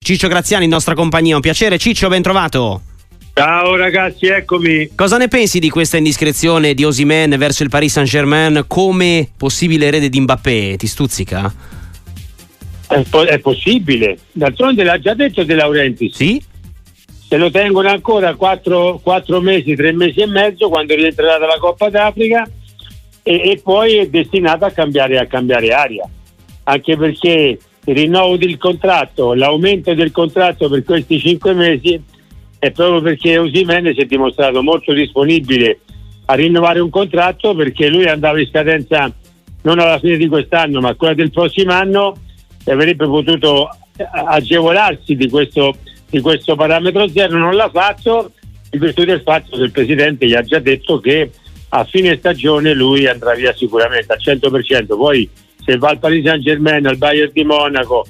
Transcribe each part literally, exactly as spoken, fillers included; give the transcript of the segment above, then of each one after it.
Ciccio Graziani in nostra compagnia. Un piacere, Ciccio, ben trovato. Ciao ragazzi, eccomi. Cosa ne pensi di questa indiscrezione di Osimhen verso il Paris Saint-Germain come possibile erede di Mbappé? Ti stuzzica? È, po- è possibile. D'altronde l'ha già detto De Laurentiis. Sì? Se lo tengono ancora quattro mesi, tre mesi e mezzo, quando rientrerà dalla Coppa d'Africa, e, e poi è destinato a cambiare, a cambiare aria. Anche perché il rinnovo del contratto, l'aumento del contratto per questi cinque mesi è proprio perché Osimhen si è dimostrato molto disponibile a rinnovare un contratto, perché lui andava in scadenza non alla fine di quest'anno ma a quella del prossimo anno, e avrebbe potuto agevolarsi di questo, di questo parametro zero. Non l'ha fatto in virtù del fatto che il presidente gli ha già detto che a fine stagione lui andrà via sicuramente al cento per cento. Poi se va al Paris Saint-Germain, al Bayern di Monaco,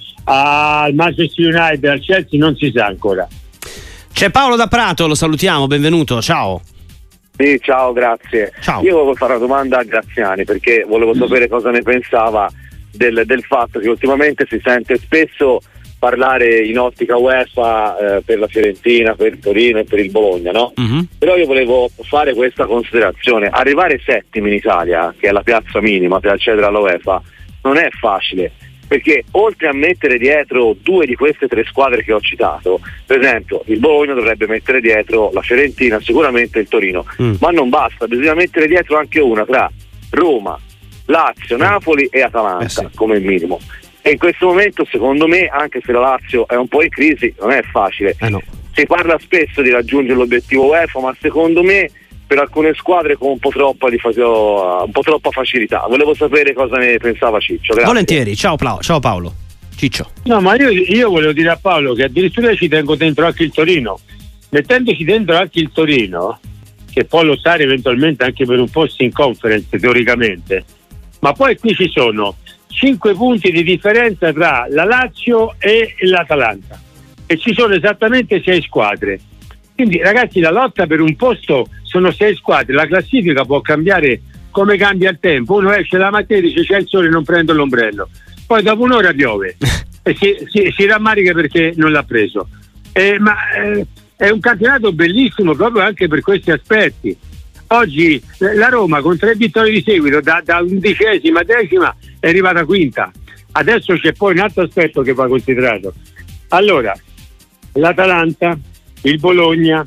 al Manchester United, al Chelsea, non si sa ancora. C'è Paolo da Prato, lo salutiamo, benvenuto, ciao. Sì, ciao, grazie. Ciao. Io volevo fare una domanda a Graziani, perché volevo sapere cosa ne pensava del, del fatto che ultimamente si sente spesso parlare in ottica UEFA eh, per la Fiorentina, per il Torino e per il Bologna, no? Mm-hmm. Però io volevo fare questa considerazione: arrivare settimi in Italia, che è la piazza minima per accedere alla UEFA, non è facile, perché oltre a mettere dietro due di queste tre squadre che ho citato, per esempio il Bologna dovrebbe mettere dietro la Fiorentina, sicuramente il Torino, mm. ma non basta, bisogna mettere dietro anche una tra Roma, Lazio, Napoli e Atalanta, eh sì. come minimo. E in questo momento, secondo me, anche se la Lazio è un po' in crisi, non è facile. Eh no. Si parla spesso di raggiungere l'obiettivo UEFA, ma secondo me per alcune squadre con un po' troppa di fa- un po' troppa facilità. Volevo sapere cosa ne pensava Ciccio. Grazie. Volentieri, ciao, Pla- ciao Paolo. Ciccio. No, ma io, io volevo dire a Paolo che addirittura ci tengo dentro anche il Torino. Mettendoci dentro anche il Torino, che può lottare eventualmente anche per un posto in conference teoricamente, ma poi qui ci sono cinque punti di differenza tra la Lazio e l'Atalanta, e ci sono esattamente sei squadre. Quindi ragazzi, la lotta per un posto sono sei squadre, la classifica può cambiare come cambia il tempo. Uno esce la mattina e dice c'è il sole, non prendo l'ombrello, poi dopo un'ora piove e si, si, si rammarica perché non l'ha preso. Eh, ma eh, è un campionato bellissimo proprio anche per questi aspetti. Oggi la Roma con tre vittorie di seguito da, da undicesima a decima è arrivata quinta. Adesso c'è poi un altro aspetto che va considerato. Allora, l'Atalanta, il Bologna,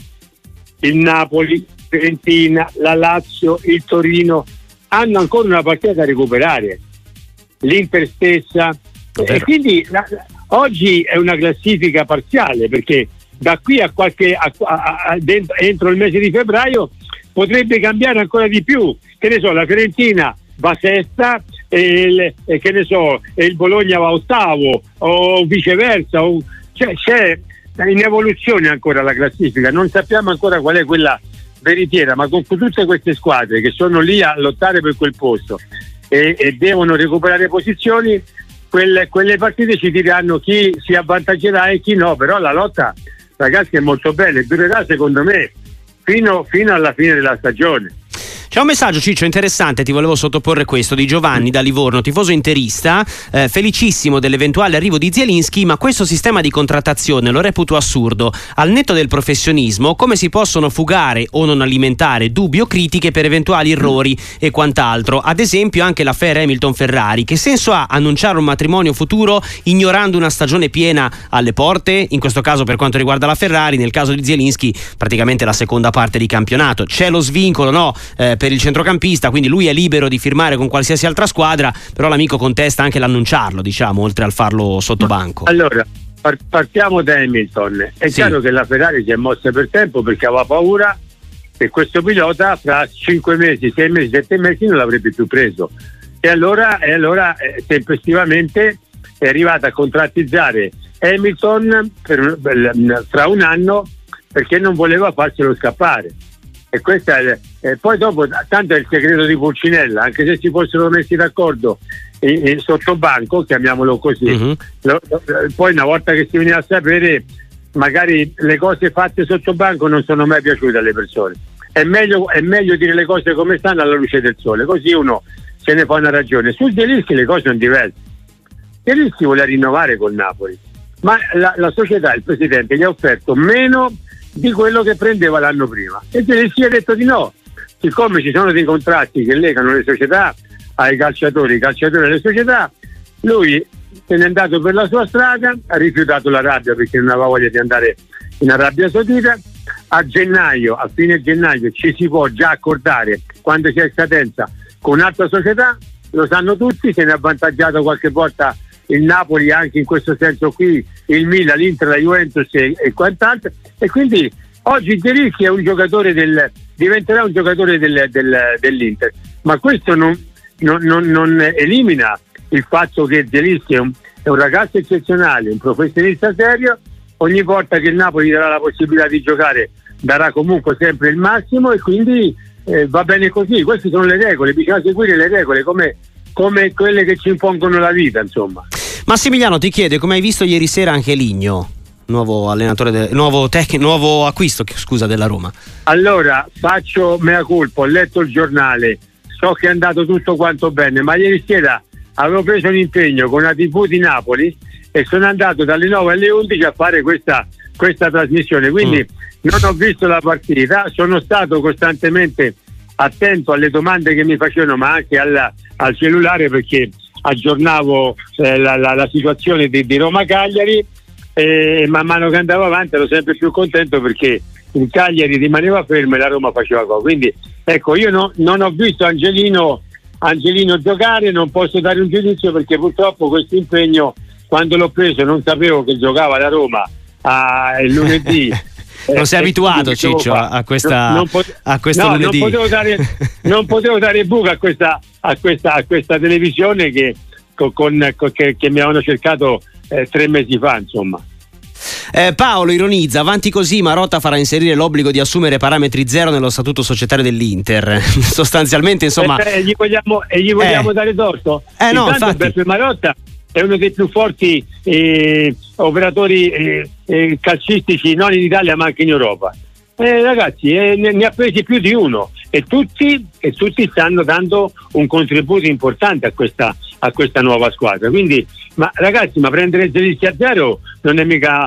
il Napoli, Fiorentina, la Lazio, il Torino hanno ancora una partita da recuperare, l'Inter stessa, e quindi la, oggi è una classifica parziale, perché da qui a qualche a, a, a, dentro, entro il mese di febbraio potrebbe cambiare ancora di più. Che ne so, la Fiorentina va sesta e, il, e che ne so, e il Bologna va ottavo o viceversa, o, cioè, c'è in evoluzione ancora la classifica, non sappiamo ancora qual è quella veritiera, ma con tutte queste squadre che sono lì a lottare per quel posto e, e devono recuperare posizioni, quelle, quelle partite ci diranno chi si avvantaggerà e chi no. Però la lotta, ragazzi, è molto bella e durerà secondo me fino, fino alla fine della stagione. C'è un messaggio, Ciccio, interessante, ti volevo sottoporre questo, di Giovanni da Livorno, tifoso interista, eh, felicissimo dell'eventuale arrivo di Zielinski, ma questo sistema di contrattazione lo reputo assurdo. Al netto del professionismo, come si possono fugare o non alimentare dubbi o critiche per eventuali errori e quant'altro? Ad esempio anche l'affare Hamilton-Ferrari. Che senso ha annunciare un matrimonio futuro ignorando una stagione piena alle porte? In questo caso per quanto riguarda la Ferrari, nel caso di Zielinski praticamente la seconda parte di campionato. C'è lo svincolo, no? Eh, per il centrocampista, quindi lui è libero di firmare con qualsiasi altra squadra, però l'amico contesta anche l'annunciarlo, diciamo, oltre al farlo sotto banco. Allora, par- partiamo da Hamilton. È sì. chiaro che la Ferrari si è mossa per tempo perché aveva paura che questo pilota fra cinque mesi, sei mesi, sette mesi non l'avrebbe più preso, e allora, e allora eh, tempestivamente è arrivata a contrattizzare Hamilton per, per, fra un anno, perché non voleva farselo scappare. E questa è, eh, poi dopo, tanto è il segreto di Pulcinella, anche se si fossero messi d'accordo in, in sotto banco, chiamiamolo così, uh-huh. lo, lo, poi una volta che si veniva a sapere, magari le cose fatte sotto banco non sono mai piaciute alle persone. È meglio, è meglio dire le cose come stanno alla luce del sole, così uno se ne fa una ragione. Su Zielinski le cose sono diverse. Zielinski vuole rinnovare col Napoli, ma la, la società, il presidente, gli ha offerto meno di quello che prendeva l'anno prima e Zelinski ha detto di no. Siccome ci sono dei contratti che legano le società ai calciatori, i calciatori alle società, lui se n'è andato per la sua strada, ha rifiutato l'Arabia perché non aveva voglia di andare in Arabia Saudita. A gennaio, a fine gennaio ci si può già accordare, quando c'è scadenza, con un'altra società, lo sanno tutti, se ne è avvantaggiato qualche volta il Napoli anche in questo senso qui, il Milan, l'Inter, la Juventus e, e quant'altro, e quindi oggi Zelinski è un giocatore del, diventerà un giocatore del, del, dell'Inter, ma questo non, non, non, non elimina il fatto che Zelinski è un, è un ragazzo eccezionale, un professionista serio. Ogni volta che il Napoli darà la possibilità di giocare darà comunque sempre il massimo e quindi eh, va bene così. Queste sono le regole, bisogna seguire le regole come, come quelle che ci impongono la vita, insomma. Massimiliano ti chiede come hai visto ieri sera anche Ligno, nuovo allenatore, de, nuovo, tec, nuovo acquisto scusa della Roma. Allora faccio mea culpa, ho letto il giornale, so che è andato tutto quanto bene, ma ieri sera avevo preso un impegno con la tivù di Napoli e sono andato dalle nove alle undici a fare questa, questa trasmissione, quindi mm. non ho visto la partita, sono stato costantemente attento alle domande che mi facevano, ma anche alla, al cellulare, perché aggiornavo eh, la, la, la situazione di, di Roma-Cagliari, e man mano che andavo avanti ero sempre più contento perché il Cagliari rimaneva fermo e la Roma faceva gol. Quindi ecco, io no, non ho visto Angelino, Angelino giocare, non posso dare un giudizio perché purtroppo questo impegno, quando l'ho preso non sapevo che giocava la Roma a, il lunedì. Non eh, sei abituato Ciccio a questa, non, non pot- a questo no, lunedì. Non potevo dare, non potevo dare buca a questa, a questa, a questa televisione che, con, con, che, che mi avevano cercato eh, tre mesi fa, insomma. Eh, Paolo ironizza, avanti così Marotta farà inserire l'obbligo di assumere parametri zero nello statuto societario dell'Inter. Sostanzialmente, insomma. E eh, gli vogliamo, e gli vogliamo eh. dare torto? Eh no, infatti. Beppe Marotta è uno dei più forti eh, operatori eh, eh, calcistici non in Italia ma anche in Europa. Eh, ragazzi, eh, ne, ne ha presi più di uno e tutti, e tutti stanno dando un contributo importante a questa, a questa nuova squadra. Quindi, ma ragazzi, ma prendere Zelinski a zero non è mica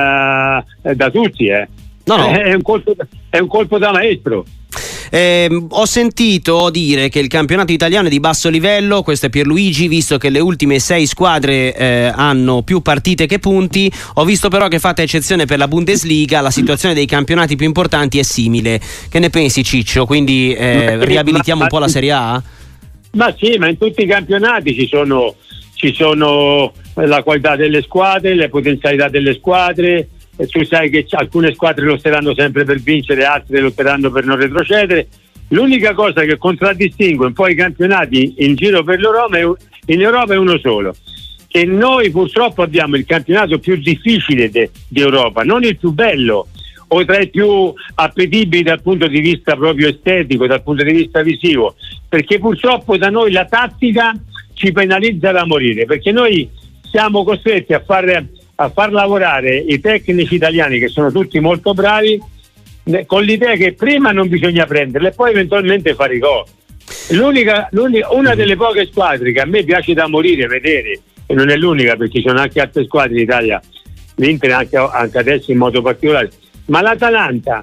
uh, da tutti, eh. No, no. È un colpo, è un colpo da maestro. Eh, ho sentito dire che il campionato italiano è di basso livello, questo è Pierluigi, visto che le ultime sei squadre eh, hanno più partite che punti. Ho visto però che fate eccezione per la Bundesliga, la situazione dei campionati più importanti è simile. Che ne pensi Ciccio? Quindi eh, riabilitiamo un po' la Serie A? Ma sì, ma in tutti i campionati ci sono, ci sono la qualità delle squadre, le potenzialità delle squadre. E tu sai che alcune squadre lotteranno sempre per vincere, altre lotteranno per non retrocedere. L'unica cosa che contraddistingue un po' i campionati in giro per l'Europa è, in Europa è uno solo, che noi purtroppo abbiamo il campionato più difficile de, di Europa, non il più bello o tra i più appetibili dal punto di vista proprio estetico, dal punto di vista visivo, perché purtroppo da noi la tattica ci penalizza da morire, perché noi siamo costretti a fare a far lavorare i tecnici italiani, che sono tutti molto bravi, con l'idea che prima non bisogna prenderle e poi eventualmente fare i gol. L'unica, l'unica, una delle poche squadre che a me piace da morire vedere, e non è l'unica perché ci sono anche altre squadre in Italia, l'Inter anche, anche adesso in modo particolare, ma l'Atalanta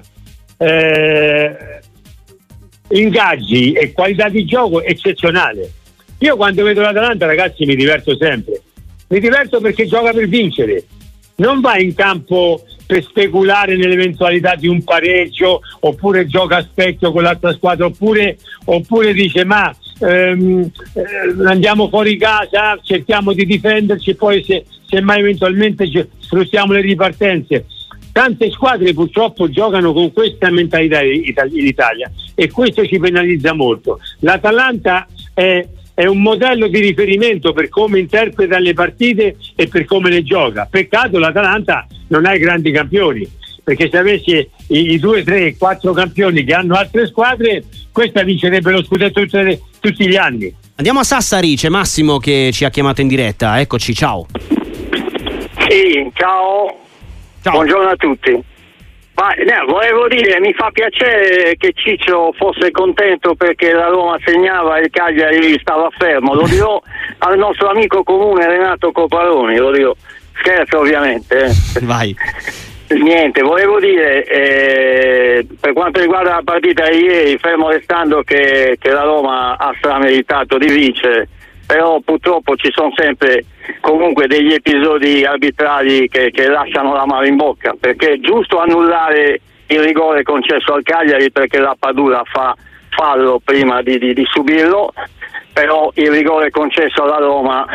eh, ingaggi e qualità di gioco eccezionale. Io quando vedo l'Atalanta, ragazzi, mi diverto sempre. Mi diverto perché gioca per vincere, non va in campo per speculare nell'eventualità di un pareggio, oppure gioca a specchio con l'altra squadra, oppure, oppure dice ma ehm, eh, andiamo fuori casa, cerchiamo di difenderci e poi se, se mai eventualmente sfruttiamo le ripartenze. Tante squadre purtroppo giocano con questa mentalità in Italia e questo ci penalizza molto. L'Atalanta è è un modello di riferimento per come interpreta le partite e per come le gioca. Peccato l'Atalanta non ha i grandi campioni, perché se avesse i, i due, tre, quattro campioni che hanno altre squadre, questa vincerebbe lo scudetto tutte, tutti gli anni. Andiamo a Sassari, c'è Massimo che ci ha chiamato in diretta, eccoci, ciao. Sì, ciao, ciao. Buongiorno a tutti. Ma no, volevo dire, mi fa piacere che Ciccio fosse contento perché la Roma segnava e il Cagliari stava fermo. Lo dirò al nostro amico comune Renato Coparoni, lo dirò. scherzo ovviamente. Vai. Niente, volevo dire, eh, per quanto riguarda la partita di ieri, fermo restando che, che la Roma ha strameritato di vincere, però purtroppo ci sono sempre comunque degli episodi arbitrali che, che lasciano l'amaro in bocca, perché è giusto annullare il rigore concesso al Cagliari perché la Padula fa fallo prima di, di, di subirlo, però il rigore concesso alla Roma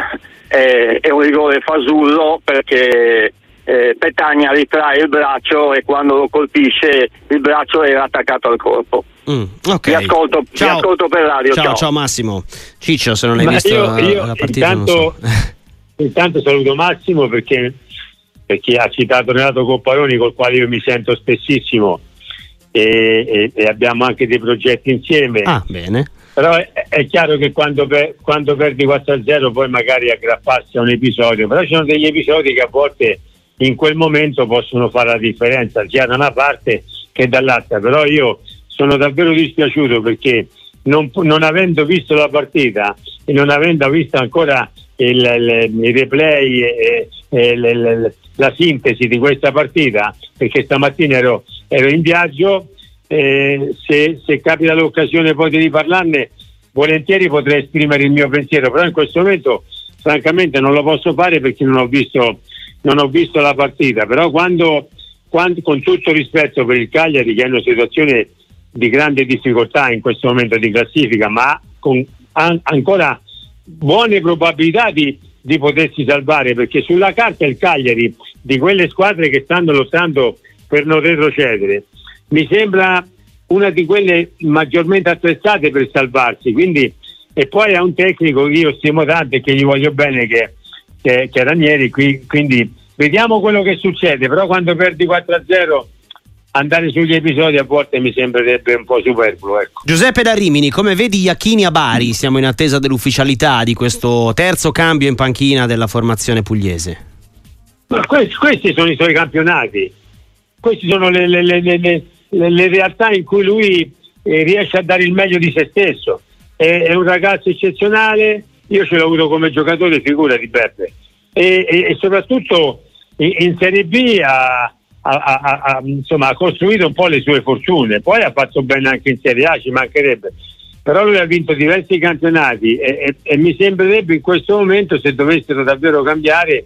è, è un rigore fasullo perché Eh, Petagna ritrae il braccio e quando lo colpisce il braccio era attaccato al corpo. Mm, okay. Vi ascolto, vi ascolto per radio. Ciao, ciao, ciao Massimo. Ciccio, se non hai Ma visto io, io la partita, intanto, non so. intanto saluto Massimo perché, perché ha citato Renato Copparoni, col quale io mi sento spessissimo e, e, e abbiamo anche dei progetti insieme. Ah, bene. Però è, è chiaro che quando, per, quando perdi quattro a zero poi magari aggrapparsi a un episodio, però ci sono degli episodi che a volte in quel momento possono fare la differenza sia da una parte che dall'altra. Però io sono davvero dispiaciuto perché non, non avendo visto la partita e non avendo visto ancora il, il, il replay e, e le, le, la sintesi di questa partita, perché stamattina ero, ero in viaggio, eh, se, se capita l'occasione poi di riparlarne volentieri potrei esprimere il mio pensiero, però in questo momento francamente non lo posso fare perché non ho visto non ho visto la partita. Però quando, quando con tutto rispetto per il Cagliari, che è una situazione di grande difficoltà in questo momento di classifica, ma con an- ancora buone probabilità di, di potersi salvare, perché sulla carta il Cagliari, di quelle squadre che stanno lottando per non retrocedere, mi sembra una di quelle maggiormente attrezzate per salvarsi, quindi, e poi ha un tecnico che io stimo tanto e che gli voglio bene, che Che, che Ranieri, qui, quindi vediamo quello che succede. Però quando perdi quattro a zero andare sugli episodi a volte mi sembrerebbe un po' superfluo, ecco. Giuseppe da Rimini, come vedi Iachini a Bari? Siamo in attesa dell'ufficialità di questo terzo cambio in panchina della formazione pugliese. Ma questi, questi sono i suoi campionati, questi sono le, le, le, le, le, le realtà in cui lui eh, riesce a dare il meglio di se stesso. È, è un ragazzo eccezionale. Io ce l'ho avuto come giocatore, figura di Beppe, e, e, e soprattutto in, in Serie B ha, ha, ha, ha, insomma, ha costruito un po' le sue fortune, poi ha fatto bene anche in Serie A, ci mancherebbe, però lui ha vinto diversi campionati e, e, e mi sembrerebbe in questo momento, se dovessero davvero cambiare,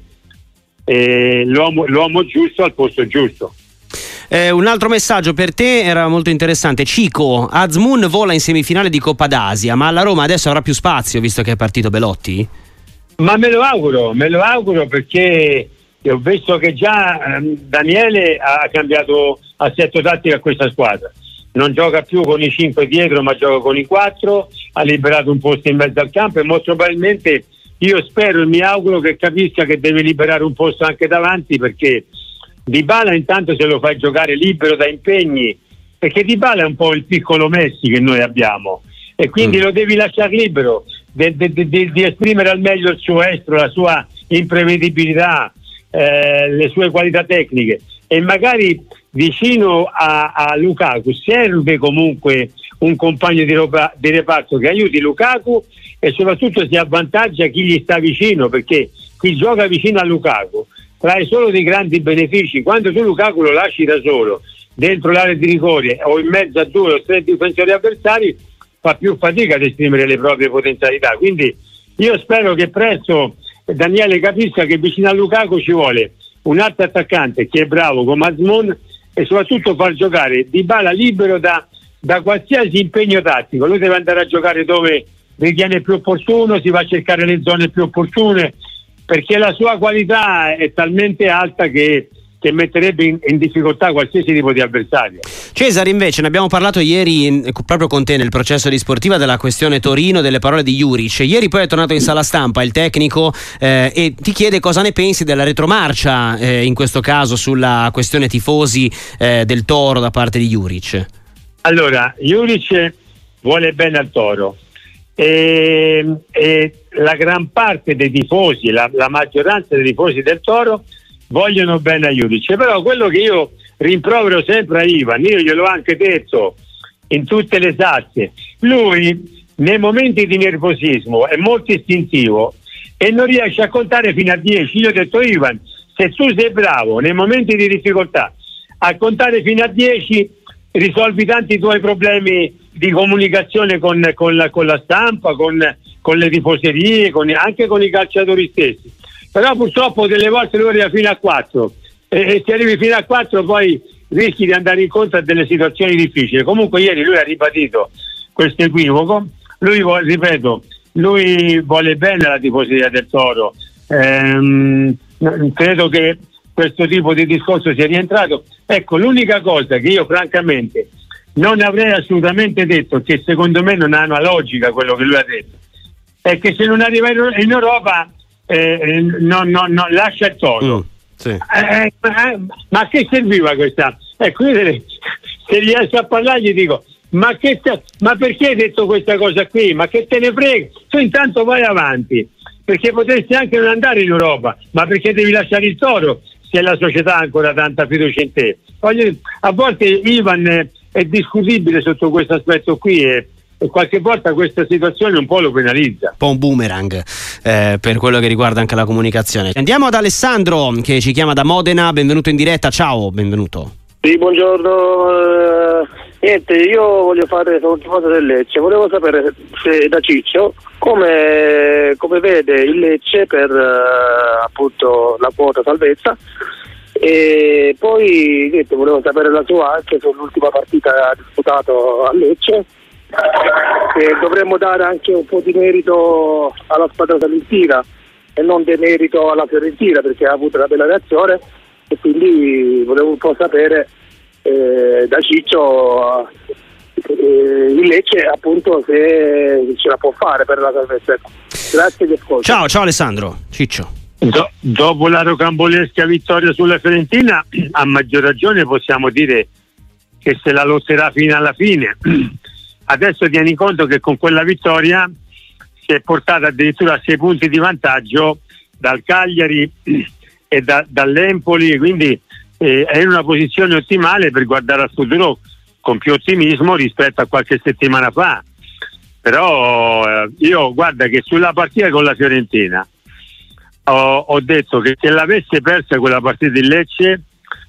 eh, l'uomo, l'uomo giusto al posto giusto. Eh, un altro messaggio per te era molto interessante. Cico, Azmoun vola in semifinale di Coppa d'Asia, ma alla Roma adesso avrà più spazio visto che è partito Belotti? Ma me lo auguro, me lo auguro perché ho visto che già ehm, Daniele ha cambiato assetto tattico a questa squadra. Non gioca più con i cinque dietro, ma gioca con i quattro, ha liberato un posto in mezzo al campo e molto probabilmente io spero e mi auguro che capisca che deve liberare un posto anche davanti, perché Dybala intanto se lo fai giocare libero da impegni, perché Dybala è un po' il piccolo Messi che noi abbiamo e quindi mm. lo devi lasciare libero di, di, di, di esprimere al meglio il suo estro, la sua imprevedibilità, eh, le sue qualità tecniche, e magari vicino a, a Lukaku serve comunque un compagno di, roba, di reparto che aiuti Lukaku e soprattutto si avvantaggia chi gli sta vicino, perché chi gioca vicino a Lukaku trae solo dei grandi benefici. Quando tu Lukaku lo lasci da solo dentro l'area di rigore o in mezzo a due o tre difensori avversari fa più fatica ad esprimere le proprie potenzialità. Quindi io spero che presto Daniele capisca che vicino a Lukaku ci vuole un altro attaccante che è bravo come Azmoun e soprattutto far giocare Dybala libero da, da qualsiasi impegno tattico. Lui deve andare a giocare dove ritiene più opportuno, si va a cercare le zone più opportune, perché la sua qualità è talmente alta che, che metterebbe in, in difficoltà qualsiasi tipo di avversario. Cesare, invece, ne abbiamo parlato ieri in, proprio con te nel processo di Sportiva della questione Torino, delle parole di Juric. Ieri poi è tornato in sala stampa il tecnico eh, e ti chiede cosa ne pensi della retromarcia eh, in questo caso sulla questione tifosi eh, del Toro da parte di Juric. Allora, Juric vuole bene al Toro e, e la gran parte dei tifosi, la, la maggioranza dei tifosi del Toro vogliono bene a Juric, però quello che io rimprovero sempre a Ivan, io gliel'ho anche detto in tutte le salse, lui nei momenti di nervosismo è molto istintivo e non riesce a contare fino a dieci. Io ho detto Ivan, se tu sei bravo nei momenti di difficoltà a contare fino a dieci, risolvi tanti tuoi problemi di comunicazione con, con, la, con la stampa, con, con le tifoserie, con, anche con i calciatori stessi. Però purtroppo delle volte lui arriva fino a quattro e, e se arrivi fino a quattro poi rischi di andare incontro a delle situazioni difficili. Comunque ieri lui ha ribadito questo equivoco, lui, ripeto, lui vuole bene la tifoseria del Toro, ehm, credo che questo tipo di discorso sia rientrato. Ecco, l'unica cosa che io francamente non avrei assolutamente detto, che secondo me non ha una logica quello che lui ha detto, è che se non arriva in Europa eh, non, non, non lascia il Toro. Mm, sì. eh, eh, ma che serviva questa? Ecco, io se, se riesco a parlare gli dico ma, che te, ma perché hai detto questa cosa qui? Ma che te ne frega? Tu intanto vai avanti, perché potresti anche non andare in Europa, ma perché devi lasciare il Toro se la società ha ancora tanta fiducia in te? A volte Ivan è discutibile sotto questo aspetto qui e, e qualche volta questa situazione un po' lo penalizza. Un po' un boomerang eh, per quello che riguarda anche la comunicazione. Andiamo ad Alessandro che ci chiama da Modena, benvenuto in diretta, ciao, benvenuto. Sì, buongiorno. Niente, io voglio fare sono tifoso del Lecce, volevo sapere se da Ciccio come, come vede il Lecce per uh, appunto la quota salvezza, e poi niente, volevo sapere la sua anche sull'ultima partita disputata a Lecce, che dovremmo dare anche un po' di merito alla squadra salentina e non demerito alla Fiorentina, perché ha avuto una bella reazione, e quindi volevo un po' sapere eh, da Ciccio eh, il Lecce appunto se ce la può fare per la salvezza. Grazie di ascolto. Ciao, ciao Alessandro. Ciccio. Do, dopo la rocambolesca vittoria sulla Fiorentina, a maggior ragione possiamo dire che se la lotterà fino alla fine. Adesso tieni conto che con quella vittoria si è portata addirittura a sei punti di vantaggio dal Cagliari e da, dall'Empoli, quindi eh, è in una posizione ottimale per guardare al futuro con più ottimismo rispetto a qualche settimana fa. Però eh, io guarda che sulla partita con la Fiorentina ho, ho detto che se l'avesse persa quella partita in Lecce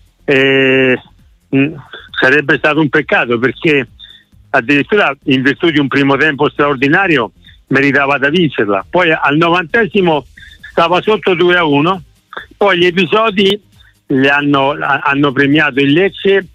eh, mh, sarebbe stato un peccato, perché addirittura in virtù di un primo tempo straordinario meritava da vincerla. Poi al novantesimo stava sotto due a uno, poi gli episodi le hanno, hanno premiato il Lecce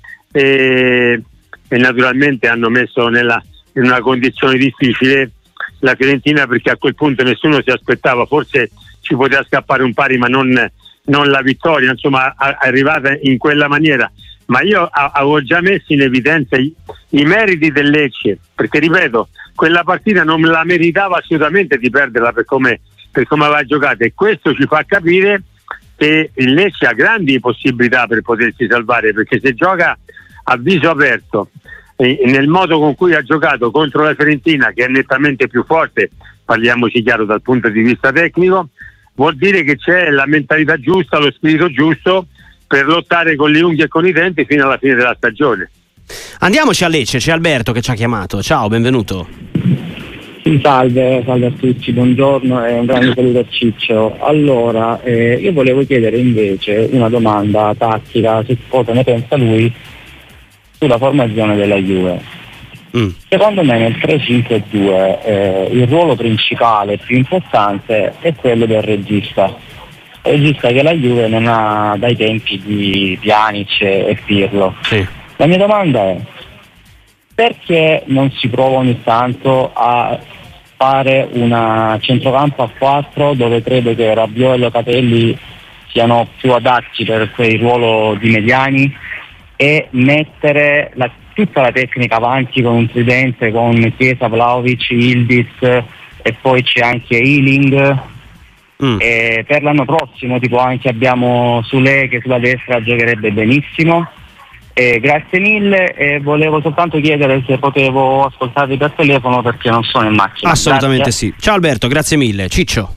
e, e naturalmente hanno messo nella, in una condizione difficile la Fiorentina, perché a quel punto nessuno si aspettava, forse ci poteva scappare un pari ma non, non la vittoria, insomma è arrivata in quella maniera. Ma io avevo già messo in evidenza i, i meriti del Lecce, perché ripeto, quella partita non la meritava assolutamente di perderla per come, per come aveva giocato, e questo ci fa capire che il Lecce ha grandi possibilità per potersi salvare, perché se gioca a viso aperto e nel modo con cui ha giocato contro la Fiorentina, che è nettamente più forte, parliamoci chiaro dal punto di vista tecnico, vuol dire che c'è la mentalità giusta, lo spirito giusto per lottare con le unghie e con i denti fino alla fine della stagione. Andiamoci a Lecce, c'è Alberto che ci ha chiamato. Ciao, benvenuto. Salve, salve a tutti, buongiorno e un grande saluto a Ciccio. Allora, eh, io volevo chiedere invece una domanda tattica su cosa ne pensa lui sulla formazione della Juve. Mm. Secondo me nel tre cinque due eh, il ruolo principale più importante è quello del regista. Regista che la Juve non ha dai tempi di Pjanic e Pirlo. Sì. La mia domanda è: perché non si prova ogni tanto a fare una centrocampo a quattro, dove credo che Rabiot e Locatelli siano più adatti per quel ruolo di mediani, e mettere la, tutta la tecnica avanti con un tridente con Chiesa, Vlahovic, Ildiz, e poi c'è anche Ealing. Mm. E per l'anno prossimo tipo anche abbiamo Sule che sulla destra giocherebbe benissimo. E grazie mille, e volevo soltanto chiedere se potevo ascoltarvi per telefono perché non sono in macchina. Assolutamente grazie. Sì. Ciao Alberto, grazie mille. Ciccio.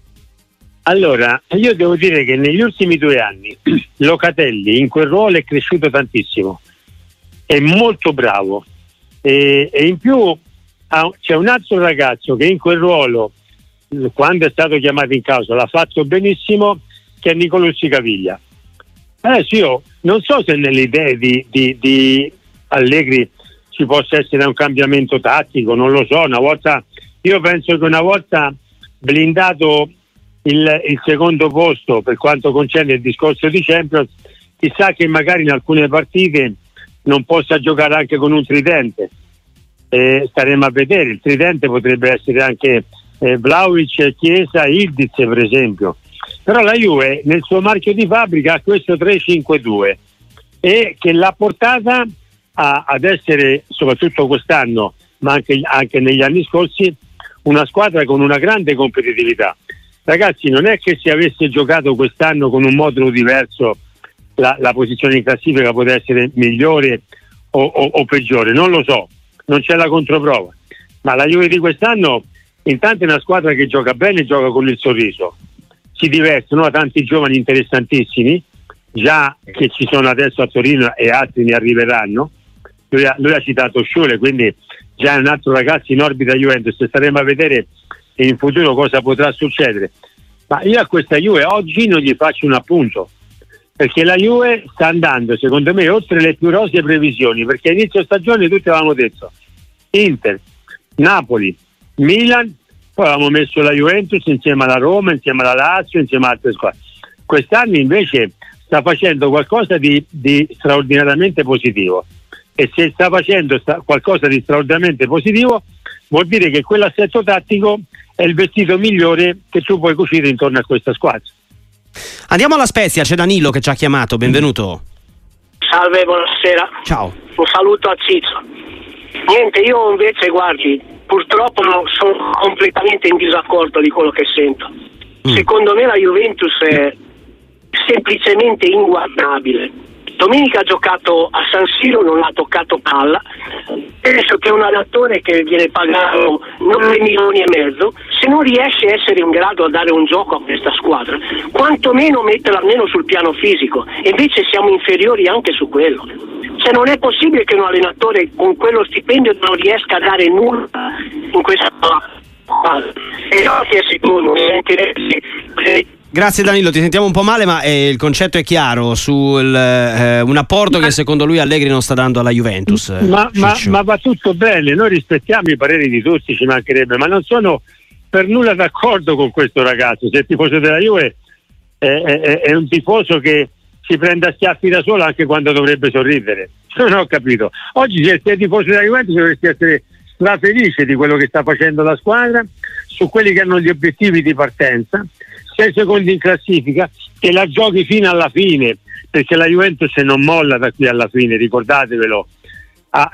Allora, io devo dire che negli ultimi due anni Locatelli in quel ruolo è cresciuto tantissimo, è molto bravo, e, e in più ha, c'è un altro ragazzo che in quel ruolo, quando è stato chiamato in causa, l'ha fatto benissimo, che che è Nicolussi Caviglia. Adesso io non so se nelle idee di, di, di Allegri ci possa essere un cambiamento tattico, non lo so. Una volta, io penso che una volta blindato il, il secondo posto per quanto concerne il discorso di Champions, chissà che magari in alcune partite non possa giocare anche con un tridente. Eh, staremo a vedere. Il tridente potrebbe essere anche eh, Vlahovic, Chiesa, Ildiz per esempio. Però la Juve nel suo marchio di fabbrica ha questo tre cinque due e che l'ha portata a, ad essere, soprattutto quest'anno ma anche, anche negli anni scorsi, una squadra con una grande competitività. Ragazzi, non è che se avesse giocato quest'anno con un modulo diverso la, la posizione in classifica poteva essere migliore o, o, o peggiore, non lo so, non c'è la controprova, ma la Juve di quest'anno intanto è una squadra che gioca bene e gioca con il sorriso, si divertono, ha tanti giovani interessantissimi già che ci sono adesso a Torino e altri ne arriveranno. Lui ha, lui ha citato Sciule, quindi già è un altro ragazzo in orbita Juventus, staremo a vedere in futuro cosa potrà succedere. Ma io a questa Juve oggi non gli faccio un appunto, perché la Juve sta andando secondo me oltre le più rosee previsioni, perché a inizio stagione tutti avevamo detto Inter, Napoli, Milan, poi avevamo messo la Juventus insieme alla Roma, insieme alla Lazio, insieme ad altre squadre. Quest'anno invece sta facendo qualcosa di, di straordinariamente positivo, e se sta facendo sta, qualcosa di straordinariamente positivo vuol dire che quell'assetto tattico è il vestito migliore che tu puoi cucire intorno a questa squadra. Andiamo alla Spezia, c'è Danilo che ci ha chiamato, benvenuto. Salve, buonasera. Ciao. Un saluto a Ciccio. Niente, io invece, guardi, purtroppo sono completamente in disaccordo di quello che sento. Mm. Secondo me la Juventus è semplicemente inguardabile. Domenica ha giocato a San Siro, non ha toccato palla. Penso che un allenatore che viene pagato nove milioni e mezzo, se non riesce a essere in grado a dare un gioco a questa squadra, quantomeno metterla almeno sul piano fisico. E invece siamo inferiori anche su quello. Cioè non è possibile che un allenatore con quello stipendio non riesca a dare nulla in questa squadra. E no, che secondo me Grazie Danilo, ti sentiamo un po' male, ma eh, il concetto è chiaro sul eh, un apporto che secondo lui Allegri non sta dando alla Juventus. Ma, ma, ma va tutto bene, noi rispettiamo i pareri di tutti, ci mancherebbe, ma non sono per nulla d'accordo con questo ragazzo. Se il tifoso della Juve è, è, è un tifoso che si prende a schiaffi da solo anche quando dovrebbe sorridere. Non ho capito. Oggi se sei tifoso della Juventus dovresti essere strafelice di quello che sta facendo la squadra, su quelli che hanno gli obiettivi di partenza. Sei secondi in classifica e la giochi fino alla fine, perché la Juventus non molla da qui alla fine, ricordatevelo. Ah,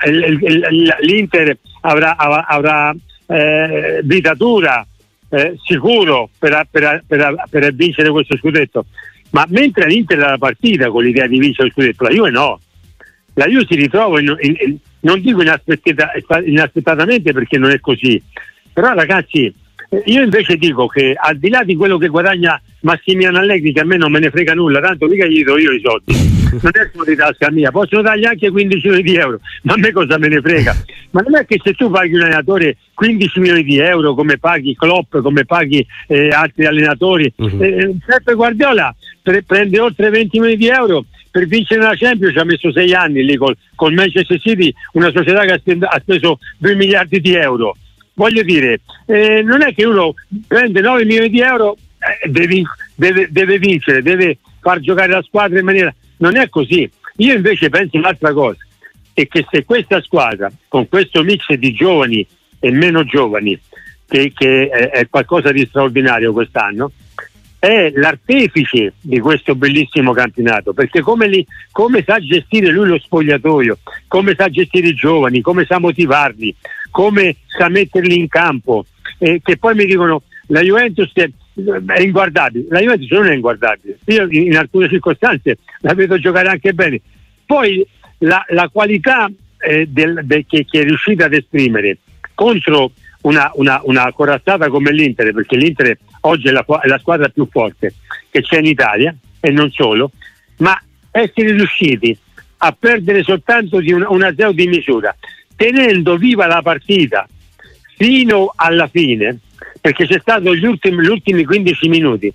l'Inter avrà, avrà eh, vita dura eh, sicuro per, per, per, per vincere questo scudetto, ma mentre l'Inter ha la partita con l'idea di vincere lo scudetto, la Juve no. La Juve si ritrova in, in, in, non dico inaspettata, inaspettatamente perché non è così, però ragazzi, io invece dico che al di là di quello che guadagna Massimiliano Allegri, che a me non me ne frega nulla, tanto mica gli do io i soldi, non è solo di tasca mia, possono dargli anche quindici milioni di euro, ma a me cosa me ne frega? Ma non è che se tu paghi un allenatore quindici milioni di euro, come paghi Klopp, come paghi eh, altri allenatori, uh-huh. eh, Peppe Guardiola pre- prende oltre venti milioni di euro per vincere la Champions, ci ha messo sei anni lì col, col Manchester City, una società che ha, spend- ha speso due miliardi di euro. Voglio dire, eh, non è che uno prende nove milioni di euro eh, deve, deve, deve vincere, deve far giocare la squadra in maniera... Non è così. Io invece penso un'altra cosa, è che se questa squadra, con questo mix di giovani e meno giovani, che, che è, è qualcosa di straordinario quest'anno, è l'artefice di questo bellissimo campionato, perché come, li, come sa gestire lui lo spogliatoio, come sa gestire i giovani, come sa motivarli, come sa metterli in campo, eh, che poi mi dicono la Juventus è, è inguardabile. La Juventus non è inguardabile, io in, in alcune circostanze la vedo giocare anche bene. Poi la, la qualità eh, del, del, che, che è riuscita ad esprimere contro una, una, una corazzata come l'Inter, perché l'Inter oggi è la, è la squadra più forte che c'è in Italia e non solo, ma essere riusciti a perdere soltanto di un, una zero di misura, tenendo viva la partita fino alla fine, perché c'è stato gli ultimi, gli ultimi quindici minuti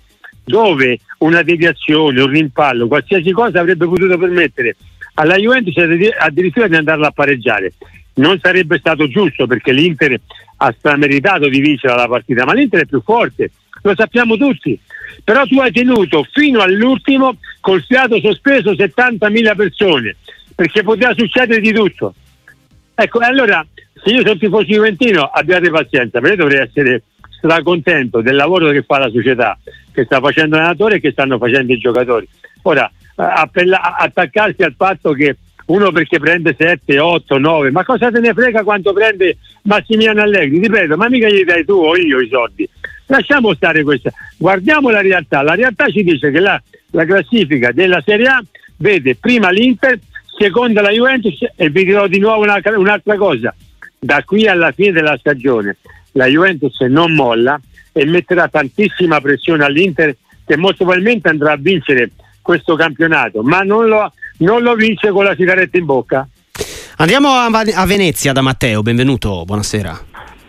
dove una deviazione, un rimpallo, qualsiasi cosa avrebbe potuto permettere alla Juventus addirittura di andarla a pareggiare. Non sarebbe stato giusto, perché l'Inter ha strameritato di vincere la partita, ma l'Inter è più forte, lo sappiamo tutti. Però tu hai tenuto fino all'ultimo col fiato sospeso settantamila persone, perché poteva succedere di tutto. Ecco, e allora se io sono tifoso juventino, abbiate pazienza, perché dovrei essere stracontento del lavoro che fa la società, che sta facendo l'allenatore e che stanno facendo i giocatori. Ora, appella- attaccarsi al fatto che uno perché prende sette, otto, nove, ma cosa te ne frega quanto prende Massimiliano Allegri? Ripeto, ma mica gli dai tu o io i soldi. Lasciamo stare questa, guardiamo la realtà. La realtà ci dice che la, la classifica della Serie A vede prima l'Inter, seconda la Juventus, e vi dirò di nuovo una, un'altra cosa: da qui alla fine della stagione la Juventus non molla e metterà tantissima pressione all'Inter, che molto probabilmente andrà a vincere questo campionato, ma non lo, non lo vince con la sigaretta in bocca. Andiamo a, a Venezia da Matteo, benvenuto, buonasera.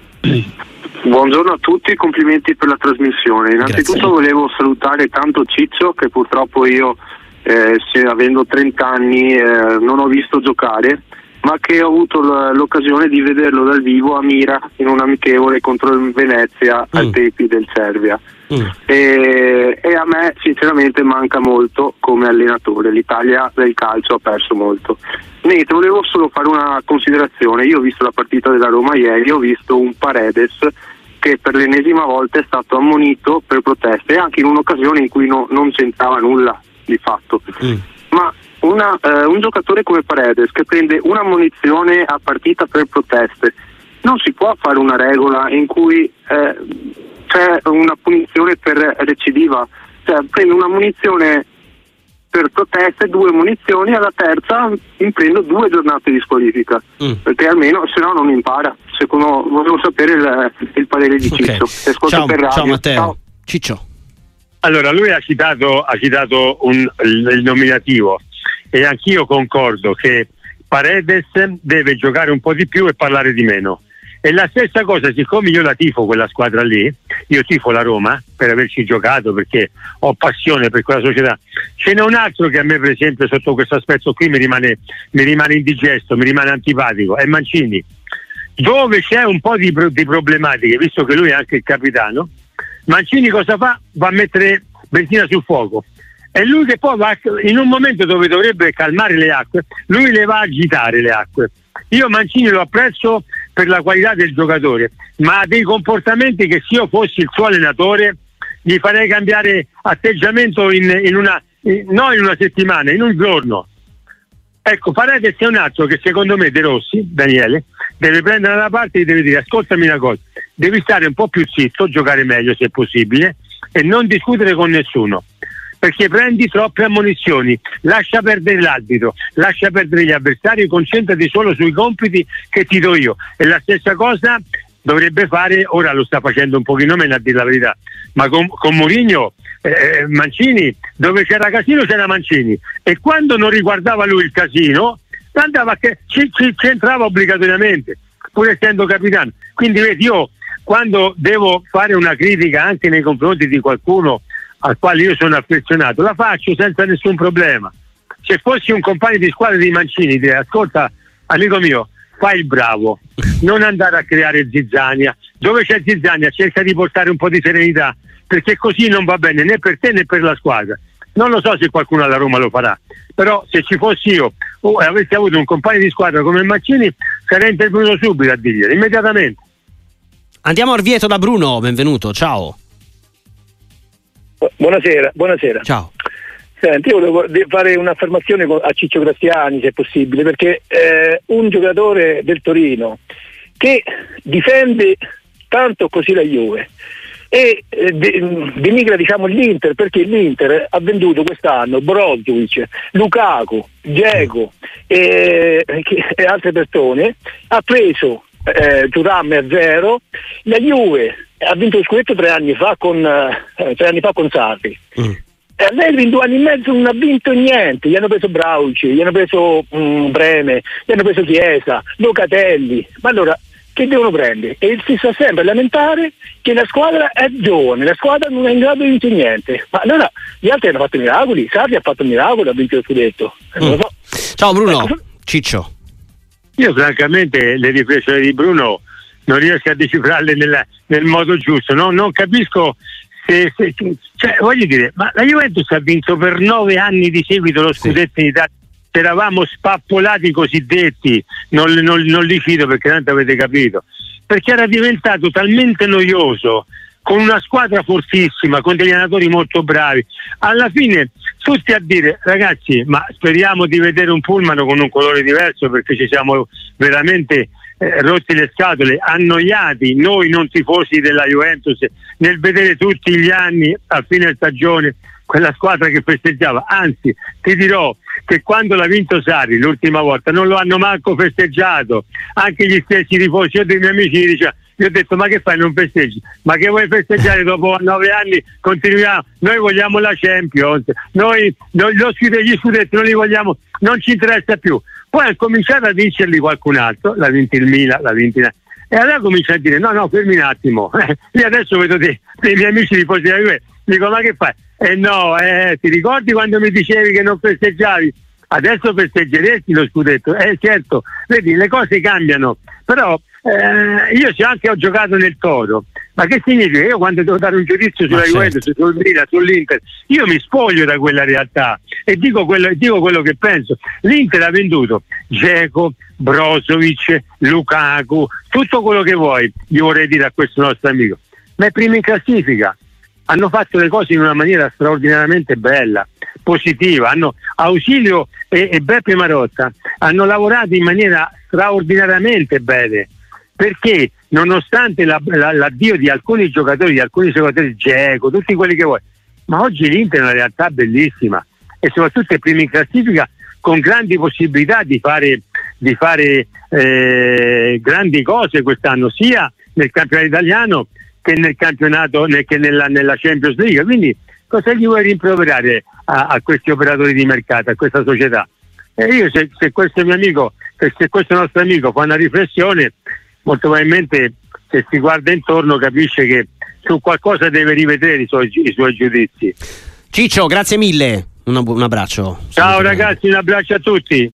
Buongiorno a tutti, complimenti per la trasmissione. Innanzitutto Grazie. Volevo salutare tanto Ciccio, che purtroppo io, eh, se, avendo trenta anni, eh, non ho visto giocare, ma che ho avuto l- l'occasione di vederlo dal vivo a Mira in un amichevole contro il Venezia mm. ai tempi del Serbia. Mm. E, e a me sinceramente manca molto come allenatore. L'Italia del calcio ha perso molto. Niente, volevo solo fare una considerazione. Io ho visto la partita della Roma ieri, ho visto un Paredes che per l'ennesima volta è stato ammonito per proteste, anche in un'occasione in cui no, non c'entrava nulla di fatto. Mm. Ma una, eh, un giocatore come Paredes che prende una ammonizione a partita per proteste, non si può fare una regola in cui eh, c'è una punizione per recidiva, cioè prendo una munizione per proteste, due munizioni, alla terza mi prendo due giornate di squalifica, mm. perché almeno se no non impara. Secondo, volevo sapere il, il parere di Ciccio. Okay. Ciao, per radio. Ciao Matteo. Ciao. Ciccio. Allora, lui ha citato, ha citato un, il, il nominativo, e anch'io concordo che Paredes deve giocare un po' di più e parlare di meno. E la stessa cosa, siccome io la tifo quella squadra lì, io tifo la Roma per averci giocato, perché ho passione per quella società. Ce n'è un altro che a me, per esempio, sotto questo aspetto qui mi rimane, mi rimane indigesto, mi rimane antipatico, è Mancini. Dove c'è un po' di, di problematiche, visto che lui è anche il capitano, Mancini cosa fa? Va a mettere benzina sul fuoco. È lui che poi va, in un momento dove dovrebbe calmare le acque, lui le va a agitare le acque. Io Mancini lo apprezzo per la qualità del giocatore, ma ha dei comportamenti che, se io fossi il suo allenatore, gli farei cambiare atteggiamento in, in una in, non in una settimana, in un giorno. Ecco, Paredes è un altro che secondo me De Rossi, Daniele, deve prendere da parte e deve dire: ascoltami una cosa, devi stare un po' più zitto, giocare meglio se possibile e non discutere con nessuno, perché prendi troppe ammonizioni, lascia perdere l'arbitro, lascia perdere gli avversari, concentrati solo sui compiti che ti do io. E la stessa cosa dovrebbe fare, ora lo sta facendo un pochino meno a dire la verità, ma con, con Mourinho, eh, Mancini, dove c'era casino c'era Mancini, e quando non riguardava lui il casino andava che ci, ci, ci entrava obbligatoriamente, pur essendo capitano. Quindi vedi, io quando devo fare una critica anche nei confronti di qualcuno al quale io sono affezionato, la faccio senza nessun problema. Se fossi un compagno di squadra di Mancini, direi: ascolta amico mio, fai il bravo, non andare a creare zizzania, dove c'è zizzania cerca di portare un po' di serenità, perché così non va bene né per te né per la squadra. Non lo so se qualcuno alla Roma lo farà, però se ci fossi io o avessi avuto un compagno di squadra come Mancini, sarei intervenuto subito a dire, immediatamente. Andiamo a Orvieto da Bruno, benvenuto, ciao. Buonasera, buonasera. Ciao. Senti, io volevo fare un'affermazione a Ciccio Graziani, se è possibile, perché eh, un giocatore del Torino che difende tanto così la Juve e eh, de- denigra, diciamo, l'Inter, perché l'Inter ha venduto quest'anno Brozovic, Lukaku, Dzeko e, e altre persone, ha preso eh, Thuram a zero, la Juve ha vinto lo scudetto tre anni fa con eh, tre anni fa con Sarri. Mm. E Allegri in due anni e mezzo non ha vinto niente. Gli hanno preso Brauci, gli hanno preso um, Breme, gli hanno preso Chiesa, Locatelli. Ma allora che devono prendere, e si sta sempre a lamentare che la squadra è giovane, la squadra non è in grado di vincere niente. Ma no, no, gli altri hanno fatto miracoli, Sarri ha fatto miracoli, ha vinto il scudetto. Mm. Non lo so. Ciao Bruno, ecco. Ciccio. Io francamente le riflessioni di Bruno non riesco a decifrarle nella, nel modo giusto, no? Non capisco se, se cioè, voglio dire, ma la Juventus ha vinto per nove anni di seguito lo scudetto sì. in Italia. Eravamo spappolati cosiddetti, non, non, non li cito perché tanto avete capito, perché era diventato talmente noioso, con una squadra fortissima, con degli allenatori molto bravi, alla fine tutti a dire ragazzi, ma speriamo di vedere un pullman con un colore diverso, perché ci siamo veramente eh, rotti le scatole, annoiati noi non tifosi della Juventus nel vedere tutti gli anni a fine stagione quella squadra che festeggiava. Anzi, ti dirò che quando l'ha vinto Sarri l'ultima volta non lo hanno manco festeggiato, anche gli stessi tifosi. Io dei miei amici mi dicevano, io ho detto ma che fai, non festeggi? Ma che vuoi festeggiare dopo nove anni? Continuiamo, noi vogliamo la Champions, noi, noi lo scudetti, gli scudetti non li vogliamo, non ci interessa più. Poi ha cominciato a vincerli qualcun altro, l'ha vinto il Milan, l'ha vinto il... e allora comincia a dire no no fermi un attimo, io adesso vedo dei, dei miei amici tifosi della Juve, dico ma che fai? Eh no, eh, ti ricordi quando mi dicevi che non festeggiavi? Adesso festeggeresti lo scudetto? Eh certo, vedi, le cose cambiano, però eh, io se anche ho giocato nel Toro, ma che significa? Io quando devo dare un giudizio sulla certo. Juventus, sul Milan, sull'Inter, io mi spoglio da quella realtà e dico quello, dico quello che penso. L'Inter ha venduto Dzeko, Brozovic, Lukaku, tutto quello che vuoi, io vorrei dire a questo nostro amico, ma è primo in classifica. Hanno fatto le cose in una maniera straordinariamente bella, positiva, hanno Ausilio e, e Beppe Marotta hanno lavorato in maniera straordinariamente bene, perché nonostante la, la, l'addio di alcuni giocatori, di alcuni giocatori, Dzeko, tutti quelli che vuoi, ma oggi l'Inter è una realtà bellissima e soprattutto è prima in classifica con grandi possibilità di fare, di fare eh, grandi cose quest'anno, sia nel campionato italiano che nel campionato, che nella, nella Champions League. Quindi cosa gli vuoi rimproverare a, a questi operatori di mercato, a questa società? E io se, se questo mio amico, se questo nostro amico fa una riflessione, molto probabilmente se si guarda intorno capisce che su qualcosa deve rivedere i suoi, i suoi giudizi. Ciccio, grazie mille, un, un abbraccio. Ciao ragazzi, un abbraccio a tutti.